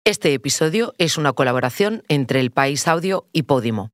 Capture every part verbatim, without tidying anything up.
Este episodio es una colaboración entre El País Audio y Podimo.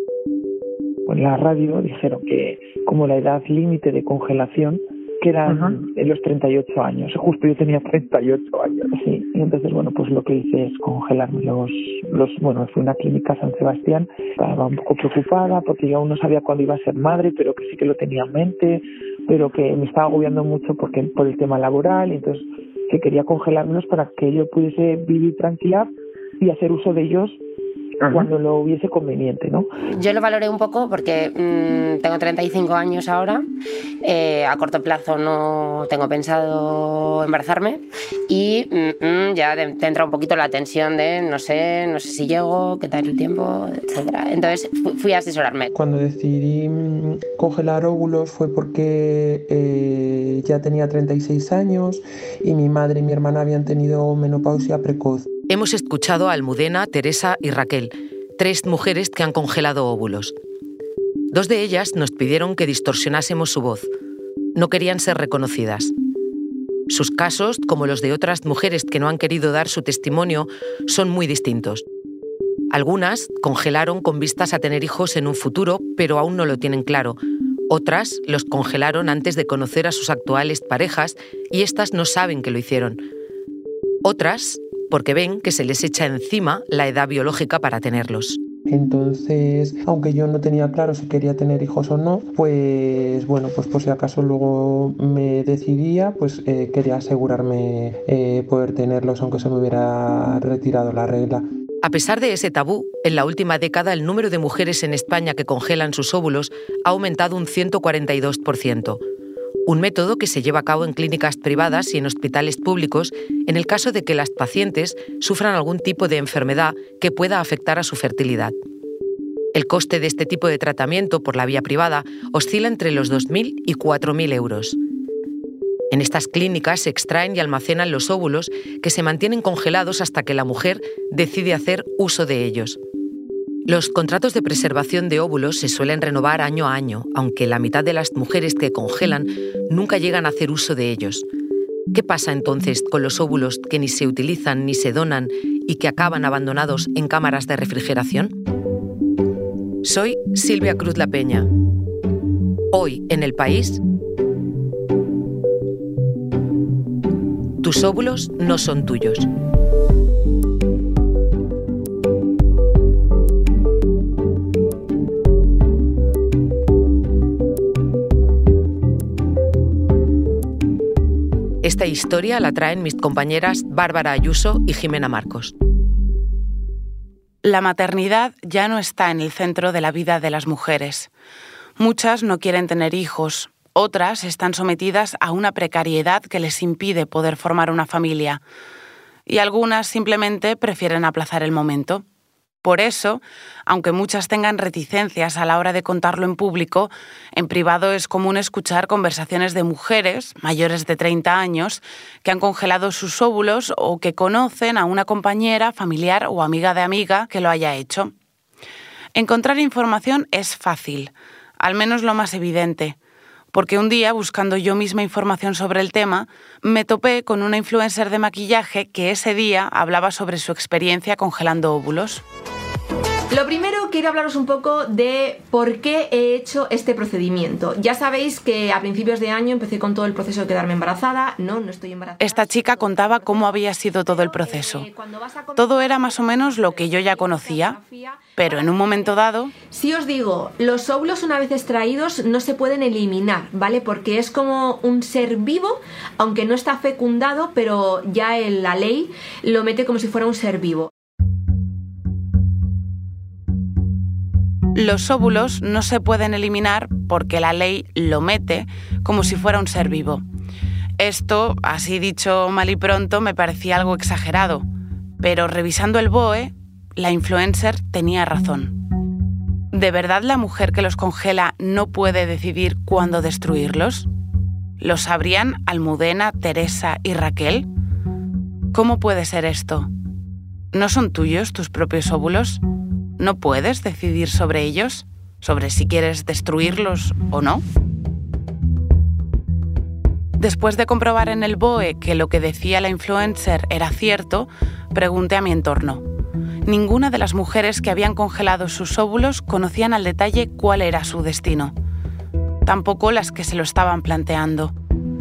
En la radio dijeron que como la edad límite de congelación, que eran uh-huh. en los treinta y ocho años. Justo yo tenía treinta y ocho años. Sí, y entonces, bueno, pues lo que hice es congelarme los, los... Bueno, fui a una clínica San Sebastián. Estaba un poco preocupada porque yo aún no sabía cuándo iba a ser madre, pero que sí que lo tenía en mente, pero que me estaba agobiando mucho porque por el tema laboral, y entonces que quería congelármelos para que yo pudiese vivir tranquila y hacer uso de ellos uh-huh. cuando lo hubiese conveniente, ¿no? Yo lo valoré un poco porque mmm, tengo treinta y cinco años ahora, eh, a corto plazo no tengo pensado embarazarme y mmm, ya te entra un poquito la tensión de no sé, no sé si llego, qué tal el tiempo, etcétera. Entonces fui a asesorarme. Cuando decidí congelar óvulos fue porque eh, ya tenía treinta y seis años y mi madre y mi hermana habían tenido menopausia precoz. Hemos escuchado a Almudena, Teresa y Raquel, tres mujeres que han congelado óvulos. Dos de ellas nos pidieron que distorsionásemos su voz. No querían ser reconocidas. Sus casos, como los de otras mujeres que no han querido dar su testimonio, son muy distintos. Algunas congelaron con vistas a tener hijos en un futuro, pero aún no lo tienen claro. Otras los congelaron antes de conocer a sus actuales parejas y éstas no saben que lo hicieron. Otras porque ven que se les echa encima la edad biológica para tenerlos. Entonces, aunque yo no tenía claro si quería tener hijos o no, pues bueno, pues por si acaso luego me decidía, pues eh, quería asegurarme eh, poder tenerlos aunque se me hubiera retirado la regla. A pesar de ese tabú, en la última década el número de mujeres en España que congelan sus óvulos ha aumentado un ciento cuarenta y dos por ciento. Un método que se lleva a cabo en clínicas privadas y en hospitales públicos en el caso de que las pacientes sufran algún tipo de enfermedad que pueda afectar a su fertilidad. El coste de este tipo de tratamiento por la vía privada oscila entre los dos mil y cuatro mil euros. En estas clínicas se extraen y almacenan los óvulos que se mantienen congelados hasta que la mujer decide hacer uso de ellos. Los contratos de preservación de óvulos se suelen renovar año a año, aunque la mitad de las mujeres que congelan nunca llegan a hacer uso de ellos. ¿Qué pasa entonces con los óvulos que ni se utilizan ni se donan y que acaban abandonados en cámaras de refrigeración? Soy Silvia Cruz La Peña. Hoy, en El País, tus óvulos no son tuyos. Esta historia la traen mis compañeras Bárbara Ayuso y Jimena Marcos. La maternidad ya no está en el centro de la vida de las mujeres. Muchas no quieren tener hijos, otras están sometidas a una precariedad que les impide poder formar una familia. Y algunas simplemente prefieren aplazar el momento. Por eso, aunque muchas tengan reticencias a la hora de contarlo en público, en privado es común escuchar conversaciones de mujeres mayores de treinta años que han congelado sus óvulos o que conocen a una compañera, familiar o amiga de amiga que lo haya hecho. Encontrar información es fácil, al menos lo más evidente, porque un día, buscando yo misma información sobre el tema, me topé con una influencer de maquillaje que ese día hablaba sobre su experiencia congelando óvulos. Lo primero, quiero hablaros un poco de por qué he hecho este procedimiento. Ya sabéis que a principios de año empecé con todo el proceso de quedarme embarazada. No, no estoy embarazada. Esta chica contaba cómo había sido todo el proceso. Todo era más o menos lo que yo ya conocía, pero en un momento dado... Si os digo, los óvulos una vez extraídos no se pueden eliminar, ¿vale? Porque es como un ser vivo, aunque no está fecundado, pero ya en la ley lo mete como si fuera un ser vivo. Los óvulos no se pueden eliminar porque la ley lo mete como si fuera un ser vivo. Esto, así dicho mal y pronto, me parecía algo exagerado, pero revisando el B O E, la influencer tenía razón. ¿De verdad la mujer que los congela no puede decidir cuándo destruirlos? ¿Lo sabrían Almudena, Teresa y Raquel? ¿Cómo puede ser esto? ¿No son tuyos tus propios óvulos? ¿No puedes decidir sobre ellos? ¿Sobre si quieres destruirlos o no? Después de comprobar en el B O E que lo que decía la influencer era cierto, pregunté a mi entorno. Ninguna de las mujeres que habían congelado sus óvulos conocían al detalle cuál era su destino. Tampoco las que se lo estaban planteando.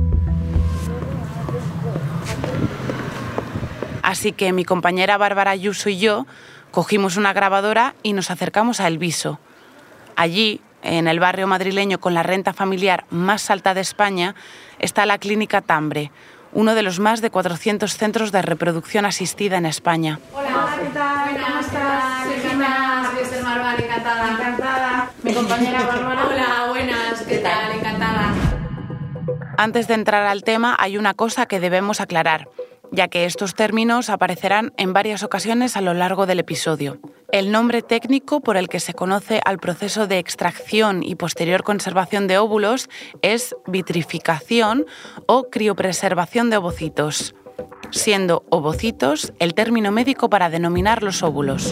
Así que mi compañera Bárbara Ayuso y yo cogimos una grabadora y nos acercamos a El Viso. Allí, en el barrio madrileño con la renta familiar más alta de España, está la Clínica Tambre, uno de los más de cuatrocientos centros de reproducción asistida en España. Hola, ¿qué tal? ¿Cómo estás? Soy Jimena, soy Esther Marval, encantada. Encantada. Mi compañera Bárbara. Hola, buenas, ¿qué tal? Encantada. Antes de entrar al tema, hay una cosa que debemos aclarar, ya que estos términos aparecerán en varias ocasiones a lo largo del episodio. El nombre técnico por el que se conoce al proceso de extracción y posterior conservación de óvulos es vitrificación o criopreservación de ovocitos, siendo ovocitos el término médico para denominar los óvulos.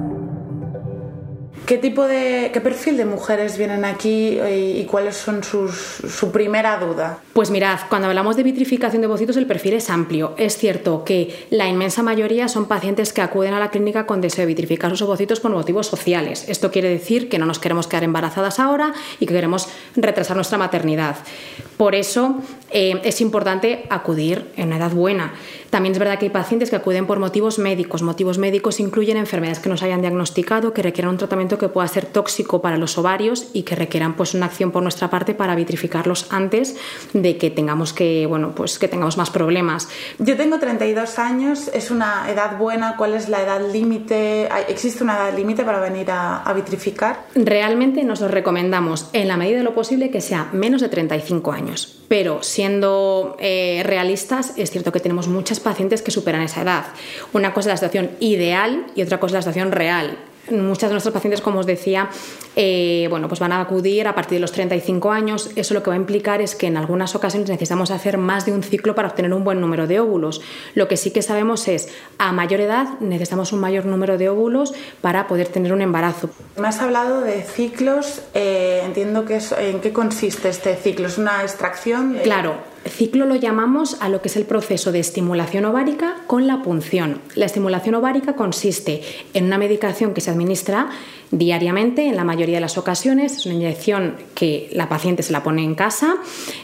¿Qué tipo de, qué perfil de mujeres vienen aquí y, y cuáles son sus, su primera duda? Pues mirad, cuando hablamos de vitrificación de ovocitos el perfil es amplio. Es cierto que la inmensa mayoría son pacientes que acuden a la clínica con deseo de vitrificar sus ovocitos por motivos sociales. Esto quiere decir que no nos queremos quedar embarazadas ahora y que queremos retrasar nuestra maternidad. Por eso eh, es importante acudir en una edad buena. También es verdad que hay pacientes que acuden por motivos médicos. Motivos médicos incluyen enfermedades que nos hayan diagnosticado, que requieran un tratamiento que pueda ser tóxico para los ovarios y que requieran pues, una acción por nuestra parte para vitrificarlos antes de que tengamos, que, bueno, pues, que tengamos más problemas. Yo tengo treinta y dos años, es una edad buena. ¿Cuál es la edad límite? ¿Existe una edad límite para venir a, a vitrificar? Realmente nos lo recomendamos en la medida de lo posible que sea menos de treinta y cinco años. Pero siendo eh, realistas, es cierto que tenemos muchas pacientes que superan esa edad. Una cosa es la situación ideal y otra cosa es la situación real. Muchas de nuestras pacientes, como os decía, eh, bueno, pues van a acudir a partir de los treinta y cinco años. Eso lo que va a implicar es que en algunas ocasiones necesitamos hacer más de un ciclo para obtener un buen número de óvulos. Lo que sí que sabemos es, a mayor edad necesitamos un mayor número de óvulos para poder tener un embarazo. Me has hablado de ciclos, eh, entiendo que es, ¿en qué consiste este ciclo? ¿Es una extracción? De... Claro. Ciclo lo llamamos a lo que es el proceso de estimulación ovárica con la punción. La estimulación ovárica consiste en una medicación que se administra diariamente, en la mayoría de las ocasiones. Es una inyección que la paciente se la pone en casa.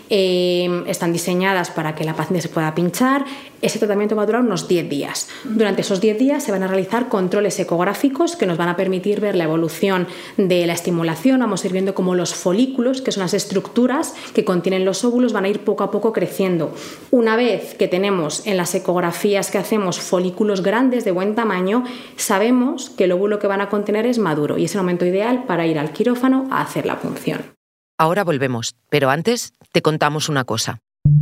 Eh, están diseñadas para que la paciente se pueda pinchar. Ese tratamiento va a durar unos diez días. Durante esos diez días se van a realizar controles ecográficos que nos van a permitir ver la evolución de la estimulación. Vamos a ir viendo cómo los folículos, que son las estructuras que contienen los óvulos, van a ir poco a poco creciendo. Una vez que tenemos en las ecografías que hacemos folículos grandes de buen tamaño, sabemos que el óvulo que van a contener es maduro y es el momento ideal para ir al quirófano a hacer la punción. Ahora volvemos, pero antes te contamos una cosa.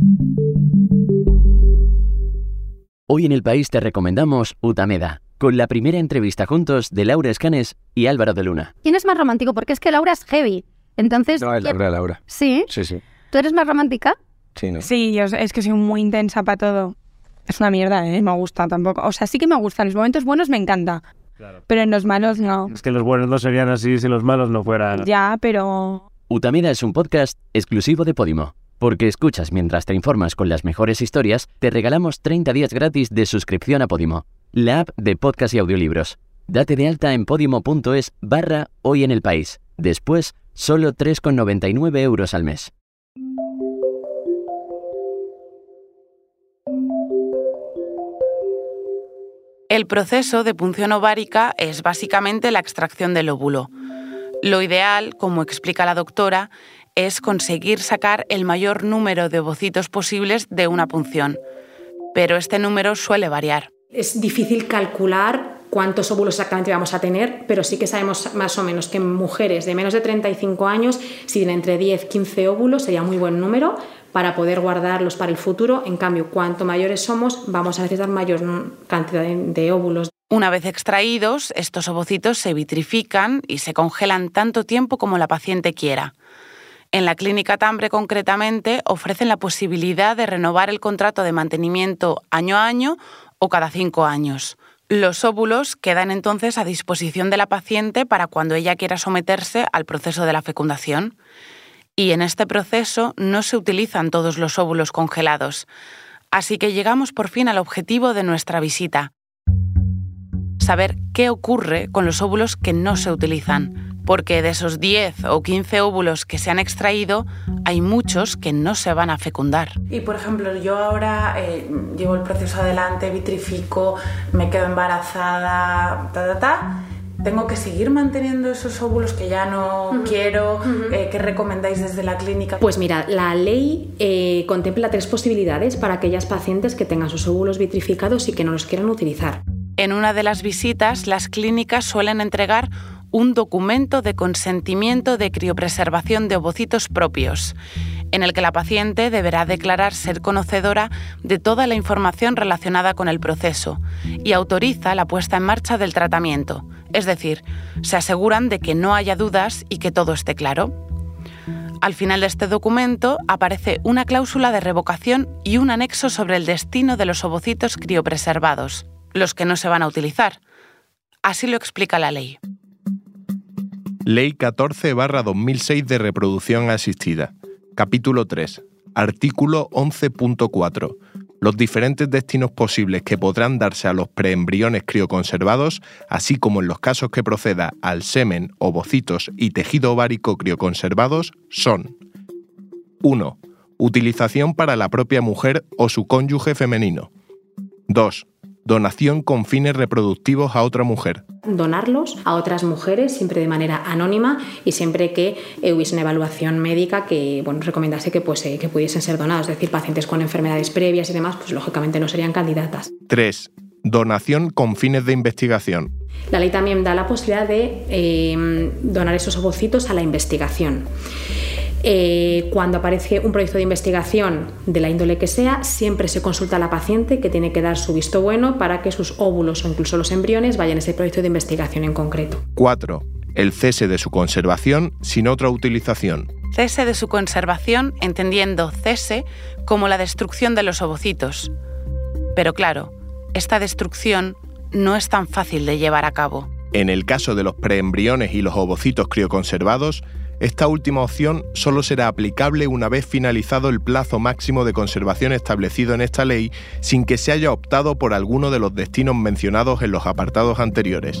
Hoy en El País te recomendamos Utameda, con la primera entrevista juntos de Laura Escanes y Álvaro de Luna. ¿Quién es más romántico? Porque es que Laura es heavy. Entonces, no, es Laura, Laura. ¿Sí? Sí, sí. ¿Tú eres más romántica? Sí, no. Sí, yo es que soy muy intensa para todo. Es una mierda, ¿eh? Me gusta tampoco. O sea, sí que me gusta. En los momentos buenos me encanta. Claro. Pero en los malos no. Es que los buenos no serían así si los malos no fueran. Ya, pero... Utameda es un podcast exclusivo de Podimo. Porque escuchas mientras te informas con las mejores historias, te regalamos treinta días gratis de suscripción a Podimo, la app de podcast y audiolibros. Date de alta en podimo.es barra hoy en el país. Después, solo tres con noventa y nueve euros al mes. El proceso de punción ovárica es básicamente la extracción del óvulo. Lo ideal, como explica la doctora, es conseguir sacar el mayor número de ovocitos posibles de una punción. Pero este número suele variar. Es difícil calcular cuántos óvulos exactamente vamos a tener, pero sí que sabemos más o menos que en mujeres de menos de treinta y cinco años, si tienen entre diez y quince óvulos, sería muy buen número para poder guardarlos para el futuro. En cambio, cuanto mayores somos, vamos a necesitar mayor cantidad de, de óvulos. Una vez extraídos, estos ovocitos se vitrifican y se congelan tanto tiempo como la paciente quiera. En la Clínica Tambre, concretamente, ofrecen la posibilidad de renovar el contrato de mantenimiento año a año o cada cinco años. Los óvulos quedan entonces a disposición de la paciente para cuando ella quiera someterse al proceso de la fecundación. Y en este proceso no se utilizan todos los óvulos congelados. Así que llegamos por fin al objetivo de nuestra visita: saber qué ocurre con los óvulos que no se utilizan, porque de esos diez o quince óvulos que se han extraído, hay muchos que no se van a fecundar. Y por ejemplo, yo ahora eh, llevo el proceso adelante, vitrifico, me quedo embarazada, ta, ta, ta. ¿Tengo que seguir manteniendo esos óvulos que ya no uh-huh. quiero? Uh-huh. Eh, ¿Qué recomendáis desde la clínica? Pues mira, la ley eh, contempla tres posibilidades para aquellas pacientes que tengan sus óvulos vitrificados y que no los quieran utilizar. En una de las visitas, las clínicas suelen entregar un documento de consentimiento de criopreservación de ovocitos propios, en el que la paciente deberá declarar ser conocedora de toda la información relacionada con el proceso y autoriza la puesta en marcha del tratamiento. Es decir, se aseguran de que no haya dudas y que todo esté claro. Al final de este documento aparece una cláusula de revocación y un anexo sobre el destino de los ovocitos criopreservados, los que no se van a utilizar. Así lo explica la ley. Ley catorce barra dos mil seis de reproducción asistida. Capítulo tres. Artículo once punto cuatro. Los diferentes destinos posibles que podrán darse a los preembriones crioconservados, así como en los casos que proceda al semen, ovocitos y tejido ovárico crioconservados, son: uno. Utilización para la propia mujer o su cónyuge femenino. dos. Donación con fines reproductivos a otra mujer. Donarlos a otras mujeres siempre de manera anónima y siempre que eh, hubiese una evaluación médica que bueno, recomendase que, pues, eh, que pudiesen ser donados. Es decir, pacientes con enfermedades previas y demás, pues lógicamente no serían candidatas. tres. Donación con fines de investigación. La ley también da la posibilidad de eh, donar esos ovocitos a la investigación. Eh, cuando aparece un proyecto de investigación de la índole que sea, siempre se consulta a la paciente, que tiene que dar su visto bueno para que sus óvulos o incluso los embriones vayan a ese proyecto de investigación en concreto. cuatro. El cese de su conservación sin otra utilización. Cese de su conservación, entendiendo cese como la destrucción de los ovocitos. Pero claro, esta destrucción no es tan fácil de llevar a cabo. En el caso de los preembriones y los ovocitos crioconservados, esta última opción solo será aplicable una vez finalizado el plazo máximo de conservación establecido en esta ley, sin que se haya optado por alguno de los destinos mencionados en los apartados anteriores.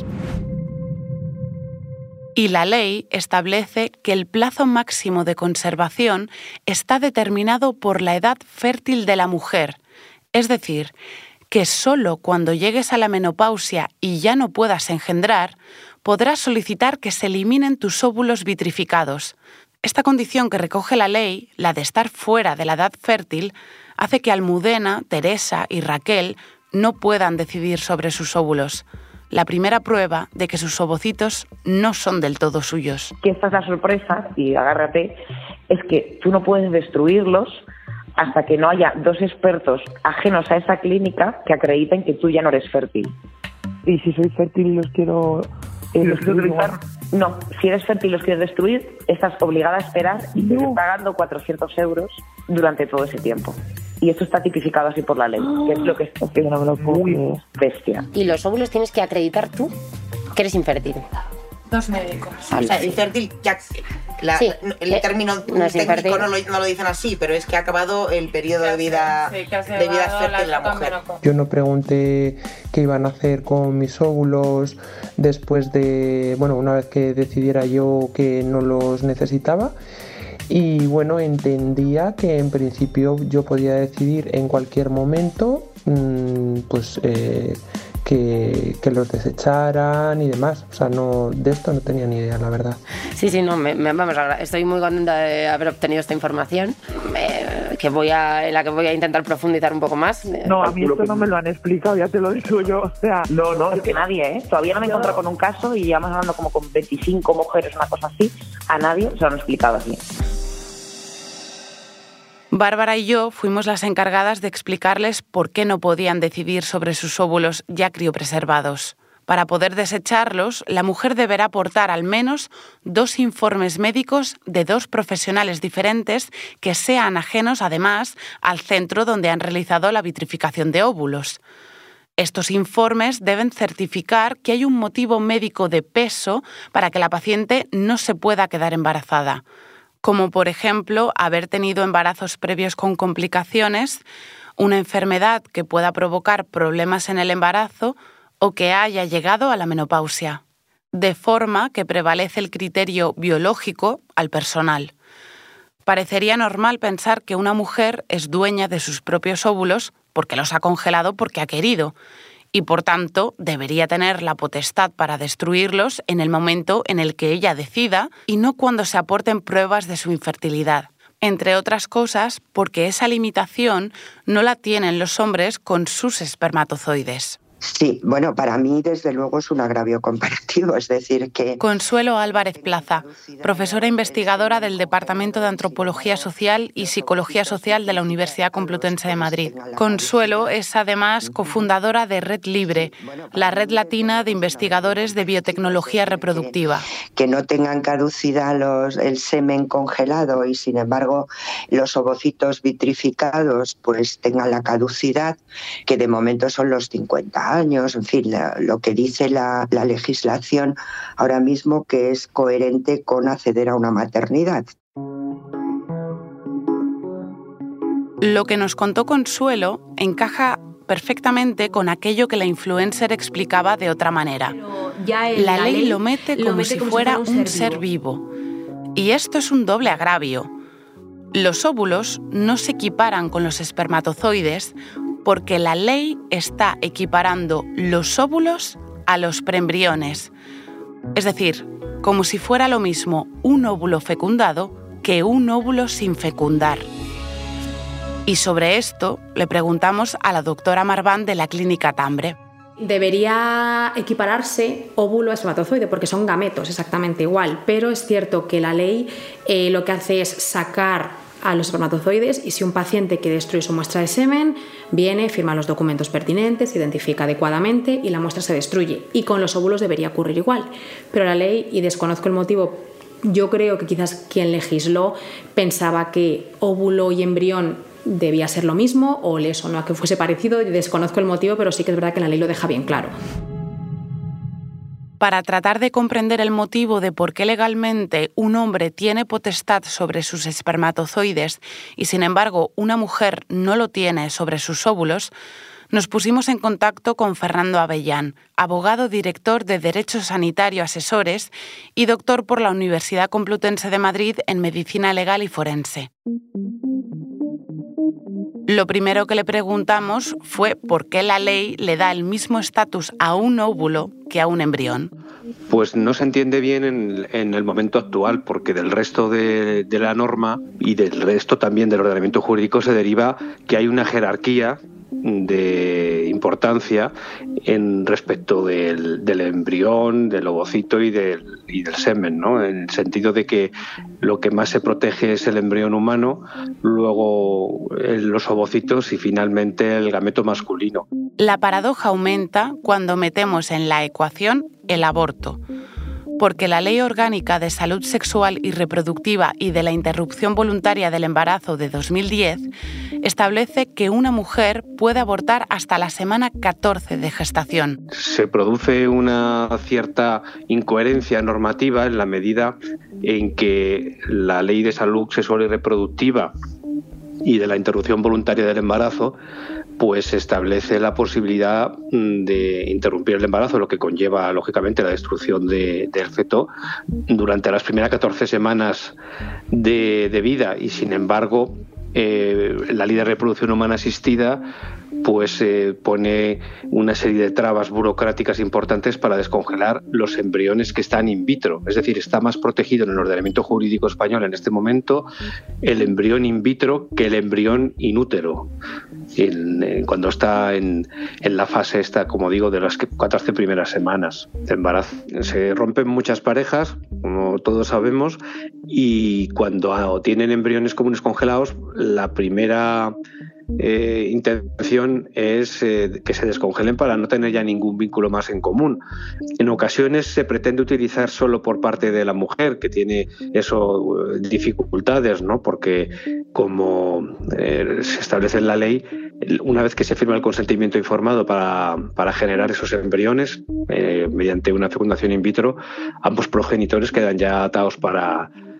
Y la ley establece que el plazo máximo de conservación está determinado por la edad fértil de la mujer, es decir, que solo cuando llegues a la menopausia y ya no puedas engendrar, podrás solicitar que se eliminen tus óvulos vitrificados. Esta condición que recoge la ley, la de estar fuera de la edad fértil, hace que Almudena, Teresa y Raquel no puedan decidir sobre sus óvulos. La primera prueba de que sus ovocitos no son del todo suyos. Que esta es la sorpresa, y agárrate, es que tú no puedes destruirlos hasta que no haya dos expertos ajenos a esa clínica que acrediten que tú ya no eres fértil. ¿Y si soy fértil y los quiero... Eh, ¿Los quiero utilizar? No, si eres fértil y los quieres destruir, estás obligada a esperar y no. Sigues pagando cuatrocientos euros durante todo ese tiempo. Y esto está tipificado así por la ley, que es lo que es que no me lo puedo muy bestia. ¿Y los óvulos tienes que acreditar tú que eres infértil? Dos médicos. O sea, infértil, ya, la, sí, el eh, término no técnico no lo, no lo dicen así, pero es que ha acabado el periodo de vida, sí, de vida fértil de la mujer. Yo no pregunté qué iban a hacer con mis óvulos después de, bueno, una vez que decidiera yo que no los necesitaba. Y bueno, entendía que en principio yo podía decidir en cualquier momento, mmm, pues... Eh, Que, que los desecharan y demás. O sea, no, de esto no tenía ni idea, la verdad. Sí, sí, no, me, me, vamos, estoy muy contenta de haber obtenido esta información, eh, que voy a, en la que voy a intentar profundizar un poco más. No, a mí esto no me lo han explicado, ya te lo digo yo. O sea, no, no, es que nadie, ¿eh? Todavía no me he encontrado con un caso y llevamos hablando como con veinticinco mujeres, una cosa así. A nadie se lo han explicado así. Bárbara y yo fuimos las encargadas de explicarles por qué no podían decidir sobre sus óvulos ya criopreservados. Para poder desecharlos, la mujer deberá aportar al menos dos informes médicos de dos profesionales diferentes que sean ajenos, además, al centro donde han realizado la vitrificación de óvulos. Estos informes deben certificar que hay un motivo médico de peso para que la paciente no se pueda quedar embarazada. como por ejemplo haber tenido embarazos previos con complicaciones, una enfermedad que pueda provocar problemas en el embarazo o que haya llegado a la menopausia, de forma que prevalece el criterio biológico al personal. Parecería normal pensar que una mujer es dueña de sus propios óvulos porque los ha congelado porque ha querido, y por tanto debería tener la potestad para destruirlos en el momento en el que ella decida y no cuando se aporten pruebas de su infertilidad. Entre otras cosas, porque esa limitación no la tienen los hombres con sus espermatozoides. Sí, bueno, para mí desde luego es un agravio comparativo, es decir que... Consuelo Álvarez Plaza, profesora investigadora del Departamento de Antropología Social y Psicología Social de la Universidad Complutense de Madrid. Consuelo es además cofundadora de Red Libre, la red latina de investigadores de biotecnología reproductiva. Que no tengan caducidad los, el semen congelado y sin embargo los ovocitos vitrificados pues tengan la caducidad, que de momento son los cincuenta años, en fin, la, lo que dice la, la legislación ahora mismo, que es coherente con acceder a una maternidad. Lo que nos contó Consuelo encaja perfectamente con aquello que la influencer explicaba de otra manera. Ya el, la, la ley, ley lo mete como, lo mete si, como fuera si fuera un ser vivo. vivo. Y esto es un doble agravio. Los óvulos no se equiparan con los espermatozoides porque la ley está equiparando los óvulos a los preembriones. Es decir, como si fuera lo mismo un óvulo fecundado que un óvulo sin fecundar. Y sobre esto le preguntamos a la doctora Marván de la Clínica Tambre. Debería equipararse óvulo a espermatozoide porque son gametos exactamente igual, pero es cierto que la ley eh, lo que hace es sacar a los espermatozoides y si un paciente que destruye su muestra de semen viene, firma los documentos pertinentes, se identifica adecuadamente y la muestra se destruye. Y con los óvulos debería ocurrir igual. Pero la ley, y desconozco el motivo, yo creo que quizás quien legisló pensaba que óvulo y embrión debía ser lo mismo o le sonó a que fuese parecido, desconozco el motivo, pero sí que es verdad que la ley lo deja bien claro. Para tratar de comprender el motivo de por qué legalmente un hombre tiene potestad sobre sus espermatozoides y sin embargo una mujer no lo tiene sobre sus óvulos, nos pusimos en contacto con Fernando Avellán, abogado director de Derecho Sanitario Asesores y doctor por la Universidad Complutense de Madrid en Medicina Legal y Forense. Lo primero que le preguntamos fue por qué la ley le da el mismo estatus a un óvulo que a un embrión. Pues no se entiende bien en, en el momento actual, porque del resto de, de la norma y del resto también del ordenamiento jurídico se deriva que hay una jerarquía de importancia en respecto del, del embrión, del ovocito y del, y del semen, ¿no? En el sentido de que lo que más se protege es el embrión humano, luego los ovocitos y finalmente el gameto masculino. La paradoja aumenta cuando metemos en la ecuación el aborto, porque la Ley Orgánica de Salud Sexual y Reproductiva y de la Interrupción Voluntaria del Embarazo de dos mil diez establece que una mujer puede abortar hasta la semana catorce de gestación. Se produce una cierta incoherencia normativa en la medida en que la Ley de Salud Sexual y Reproductiva y de la Interrupción Voluntaria del Embarazo pues establece la posibilidad de interrumpir el embarazo, lo que conlleva, lógicamente, la destrucción de, del feto durante las primeras catorce semanas de, de vida. Y, sin embargo, eh, la Ley de Reproducción Humana Asistida pues eh, pone una serie de trabas burocráticas importantes para descongelar los embriones que están in vitro. Es decir, está más protegido en el ordenamiento jurídico español en este momento el embrión in vitro que el embrión in útero, en, en, cuando está en, en la fase esta, como digo, de las catorce primeras semanas de embarazo. Se rompen muchas parejas, como todos sabemos, y cuando tienen embriones comunes congelados, la primera Eh, intención es eh, que se descongelen para no tener ya ningún vínculo más en común. En ocasiones se pretende utilizar solo por parte de la mujer, que tiene eso dificultades, ¿no? Porque como eh, se establece en la ley, una vez que se firma el consentimiento informado para, para generar esos embriones eh, mediante una fecundación in vitro, ambos progenitores quedan ya atados para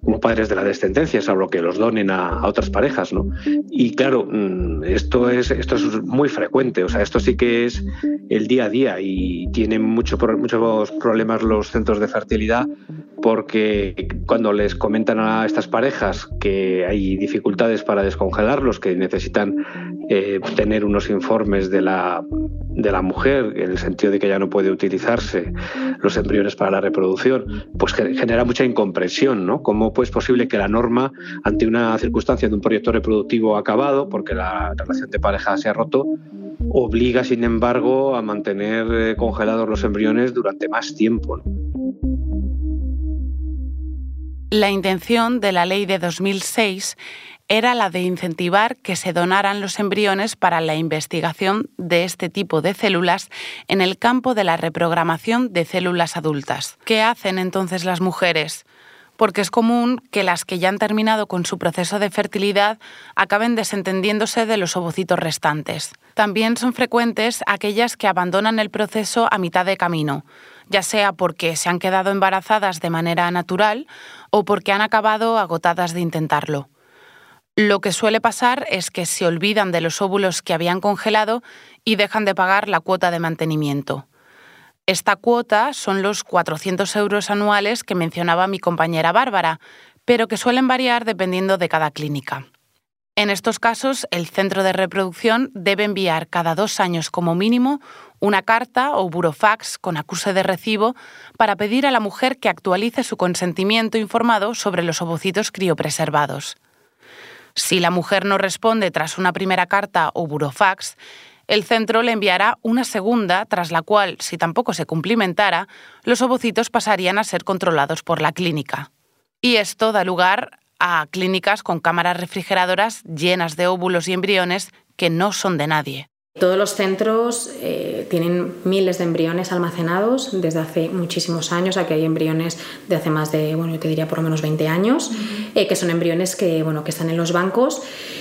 como padres de la descendencia, salvo que los donen a, a otras parejas, ¿no? Y claro, esto es, esto es muy frecuente, o sea, esto sí que es el día a día y tienen mucho, muchos problemas los centros de fertilidad, porque cuando les comentan a estas parejas que hay dificultades para descongelarlos, que necesitan eh, tener unos informes de la, de la mujer, en el sentido de que ya no puede utilizarse los embriones para la reproducción, pues genera mucha incomprensión, ¿no? ¿Cómo pues, es posible que la norma, ante una circunstancia de un proyecto reproductivo acabado, porque la relación de pareja se ha roto, obliga, sin embargo, a mantener eh, congelados los embriones durante más tiempo, ¿no? La intención de la ley de dos mil seis era la de incentivar que se donaran los embriones para la investigación de este tipo de células en el campo de la reprogramación de células adultas. ¿Qué hacen entonces las mujeres? Porque es común que las que ya han terminado con su proceso de fertilidad acaben desentendiéndose de los ovocitos restantes. También son frecuentes aquellas que abandonan el proceso a mitad de camino, ya sea porque se han quedado embarazadas de manera natural o porque han acabado agotadas de intentarlo. Lo que suele pasar es que se olvidan de los óvulos que habían congelado y dejan de pagar la cuota de mantenimiento. Esta cuota son los cuatrocientos euros anuales que mencionaba mi compañera Bárbara, pero que suelen variar dependiendo de cada clínica. En estos casos, el centro de reproducción debe enviar cada dos años como mínimo una carta o burofax con acuse de recibo para pedir a la mujer que actualice su consentimiento informado sobre los ovocitos criopreservados. Si la mujer no responde tras una primera carta o burofax, el centro le enviará una segunda, tras la cual, si tampoco se cumplimentara, los ovocitos pasarían a ser controlados por la clínica. Y esto da lugar a clínicas con cámaras refrigeradoras llenas de óvulos y embriones que no son de nadie. Todos los centros eh, tienen miles de embriones almacenados desde hace muchísimos años. Aquí hay embriones de hace más de, bueno, yo te diría por lo menos veinte años, eh, que son embriones que, bueno, que están en los bancos.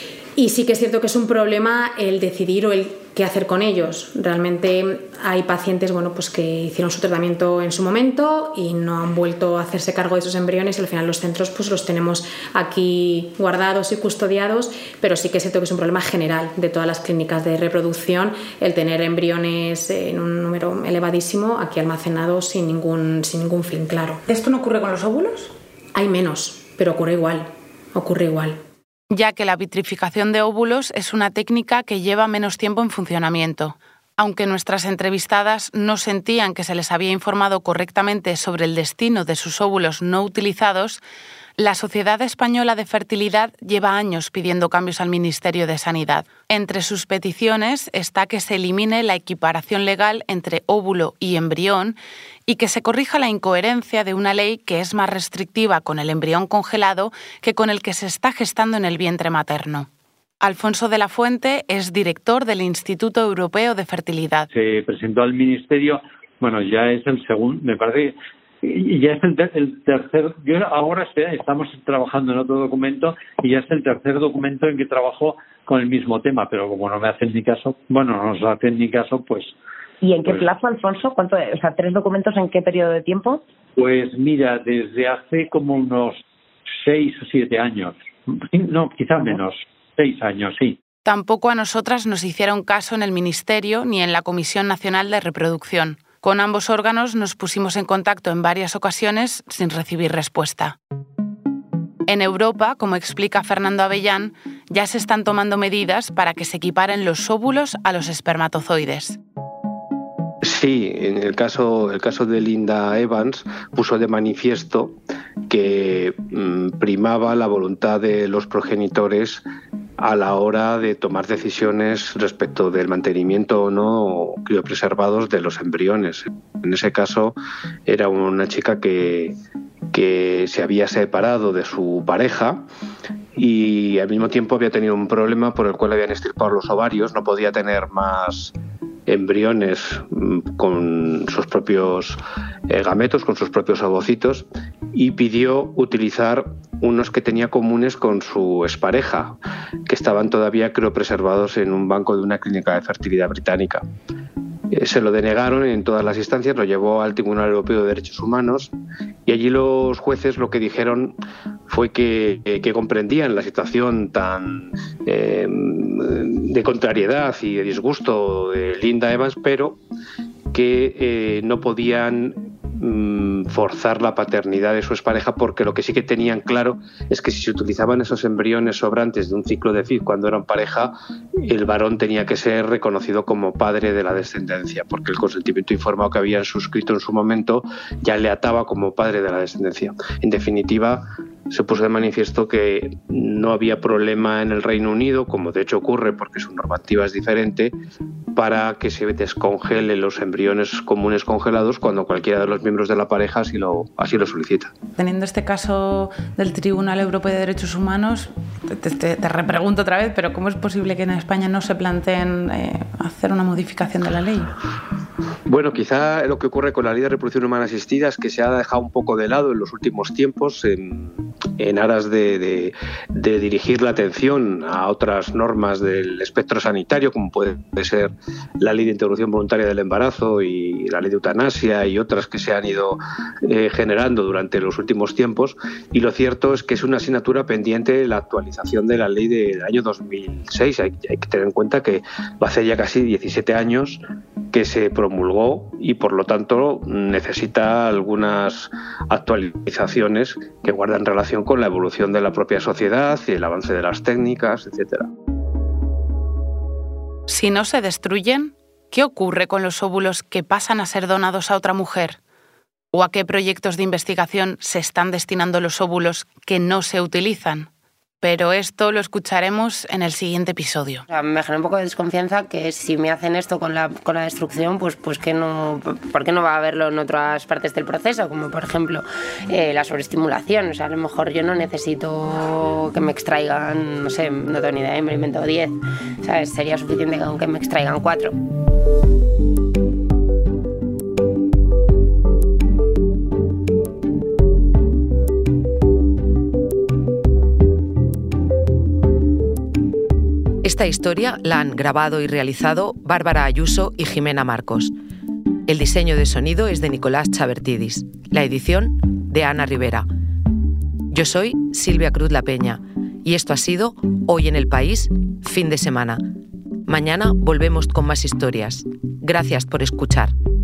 Y sí que es cierto que es un problema el decidir o el qué hacer con ellos. Realmente hay pacientes, bueno, pues que hicieron su tratamiento en su momento y no han vuelto a hacerse cargo de esos embriones y al final los centros pues los tenemos aquí guardados y custodiados, pero sí que es cierto que es un problema general de todas las clínicas de reproducción el tener embriones en un número elevadísimo aquí almacenados sin ningún, sin ningún fin claro. ¿Esto no ocurre con los óvulos? Hay menos, pero ocurre igual, ocurre igual. Ya que la vitrificación de óvulos es una técnica que lleva menos tiempo en funcionamiento. Aunque nuestras entrevistadas no sentían que se les había informado correctamente sobre el destino de sus óvulos no utilizados, la Sociedad Española de Fertilidad lleva años pidiendo cambios al Ministerio de Sanidad. Entre sus peticiones está que se elimine la equiparación legal entre óvulo y embrión y que se corrija la incoherencia de una ley que es más restrictiva con el embrión congelado que con el que se está gestando en el vientre materno. Alfonso de la Fuente es director del Instituto Europeo de Fertilidad. Se presentó al Ministerio, bueno, ya es el segundo, me parece, y ya es el, ter- el tercer, yo ahora estamos trabajando en otro documento y ya es el tercer documento en que trabajo con el mismo tema, pero como no me hacen ni caso, bueno, no nos hacen ni caso, pues... ¿Y en qué pues, plazo, Alfonso? ¿Cuánto, o sea, tres documentos en qué periodo de tiempo? Pues mira, desde hace como unos seis o siete años, no, quizás menos, seis años, sí. Tampoco a nosotras nos hicieron caso en el Ministerio ni en la Comisión Nacional de Reproducción. Con ambos órganos nos pusimos en contacto en varias ocasiones sin recibir respuesta. En Europa, como explica Fernando Avellán, ya se están tomando medidas para que se equiparen los óvulos a los espermatozoides. Sí, en el caso, el caso de Linda Evans puso de manifiesto que mmm, primaba la voluntad de los progenitores a la hora de tomar decisiones respecto del mantenimiento o no criopreservados de los embriones. En ese caso era una chica que, que se había separado de su pareja y al mismo tiempo había tenido un problema por el cual habían extirpado los ovarios, no podía tener más embriones con sus propios eh, gametos, con sus propios ovocitos, y pidió utilizar unos que tenía comunes con su expareja, que estaban todavía criopreservados en un banco de una clínica de fertilidad británica. Eh, se lo denegaron en todas las instancias, lo llevó al Tribunal Europeo de Derechos Humanos y allí los jueces lo que dijeron fue que, que comprendían la situación tan eh, de contrariedad y de disgusto de Linda Evans, pero que eh, no podían mmm, forzar la paternidad de su expareja, porque lo que sí que tenían claro es que si se utilizaban esos embriones sobrantes de un ciclo de F I V cuando eran pareja, el varón tenía que ser reconocido como padre de la descendencia, porque el consentimiento informado que habían suscrito en su momento ya le ataba como padre de la descendencia. En definitiva, se puso de manifiesto que no había problema en el Reino Unido, como de hecho ocurre porque su normativa es diferente, para que se descongelen los embriones comunes congelados cuando cualquiera de los miembros de la pareja así lo, así lo solicita. Teniendo este caso del Tribunal Europeo de Derechos Humanos, te, te, te repregunto otra vez, pero ¿cómo es posible que en España no se planteen eh, hacer una modificación de la ley? Bueno, quizá lo que ocurre con la ley de reproducción humana asistida es que se ha dejado un poco de lado en los últimos tiempos en, en aras de, de, de dirigir la atención a otras normas del espectro sanitario, como puede ser la ley de interrupción voluntaria del embarazo y la ley de eutanasia y otras que se han ido eh, generando durante los últimos tiempos. Y lo cierto es que es una asignatura pendiente la actualización de la ley del año dos mil seis. Hay, hay que tener en cuenta que va a hacer ya casi diecisiete años que se promulgó y por lo tanto necesita algunas actualizaciones que guardan relación con la evolución de la propia sociedad y el avance de las técnicas, etcétera. Si no se destruyen, ¿qué ocurre con los óvulos que pasan a ser donados a otra mujer? ¿O a qué proyectos de investigación se están destinando los óvulos que no se utilizan? Pero esto lo escucharemos en el siguiente episodio. O sea, me genera un poco de desconfianza que si me hacen esto con la, con la destrucción, pues, pues que no, ¿por qué no va a haberlo en otras partes del proceso? Como por ejemplo eh, la sobreestimulación. O sea, a lo mejor yo no necesito que me extraigan, no sé, no tengo ni idea, me invento diez. ¿Sabes? Sería suficiente con que me extraigan cuatro. Esta historia la han grabado y realizado Bárbara Ayuso y Jimena Marcos. El diseño de sonido es de Nicolás Chabertidis. La edición de Ana Rivera. Yo soy Silvia Cruz La Peña y esto ha sido Hoy en el País, fin de semana. Mañana volvemos con más historias. Gracias por escuchar.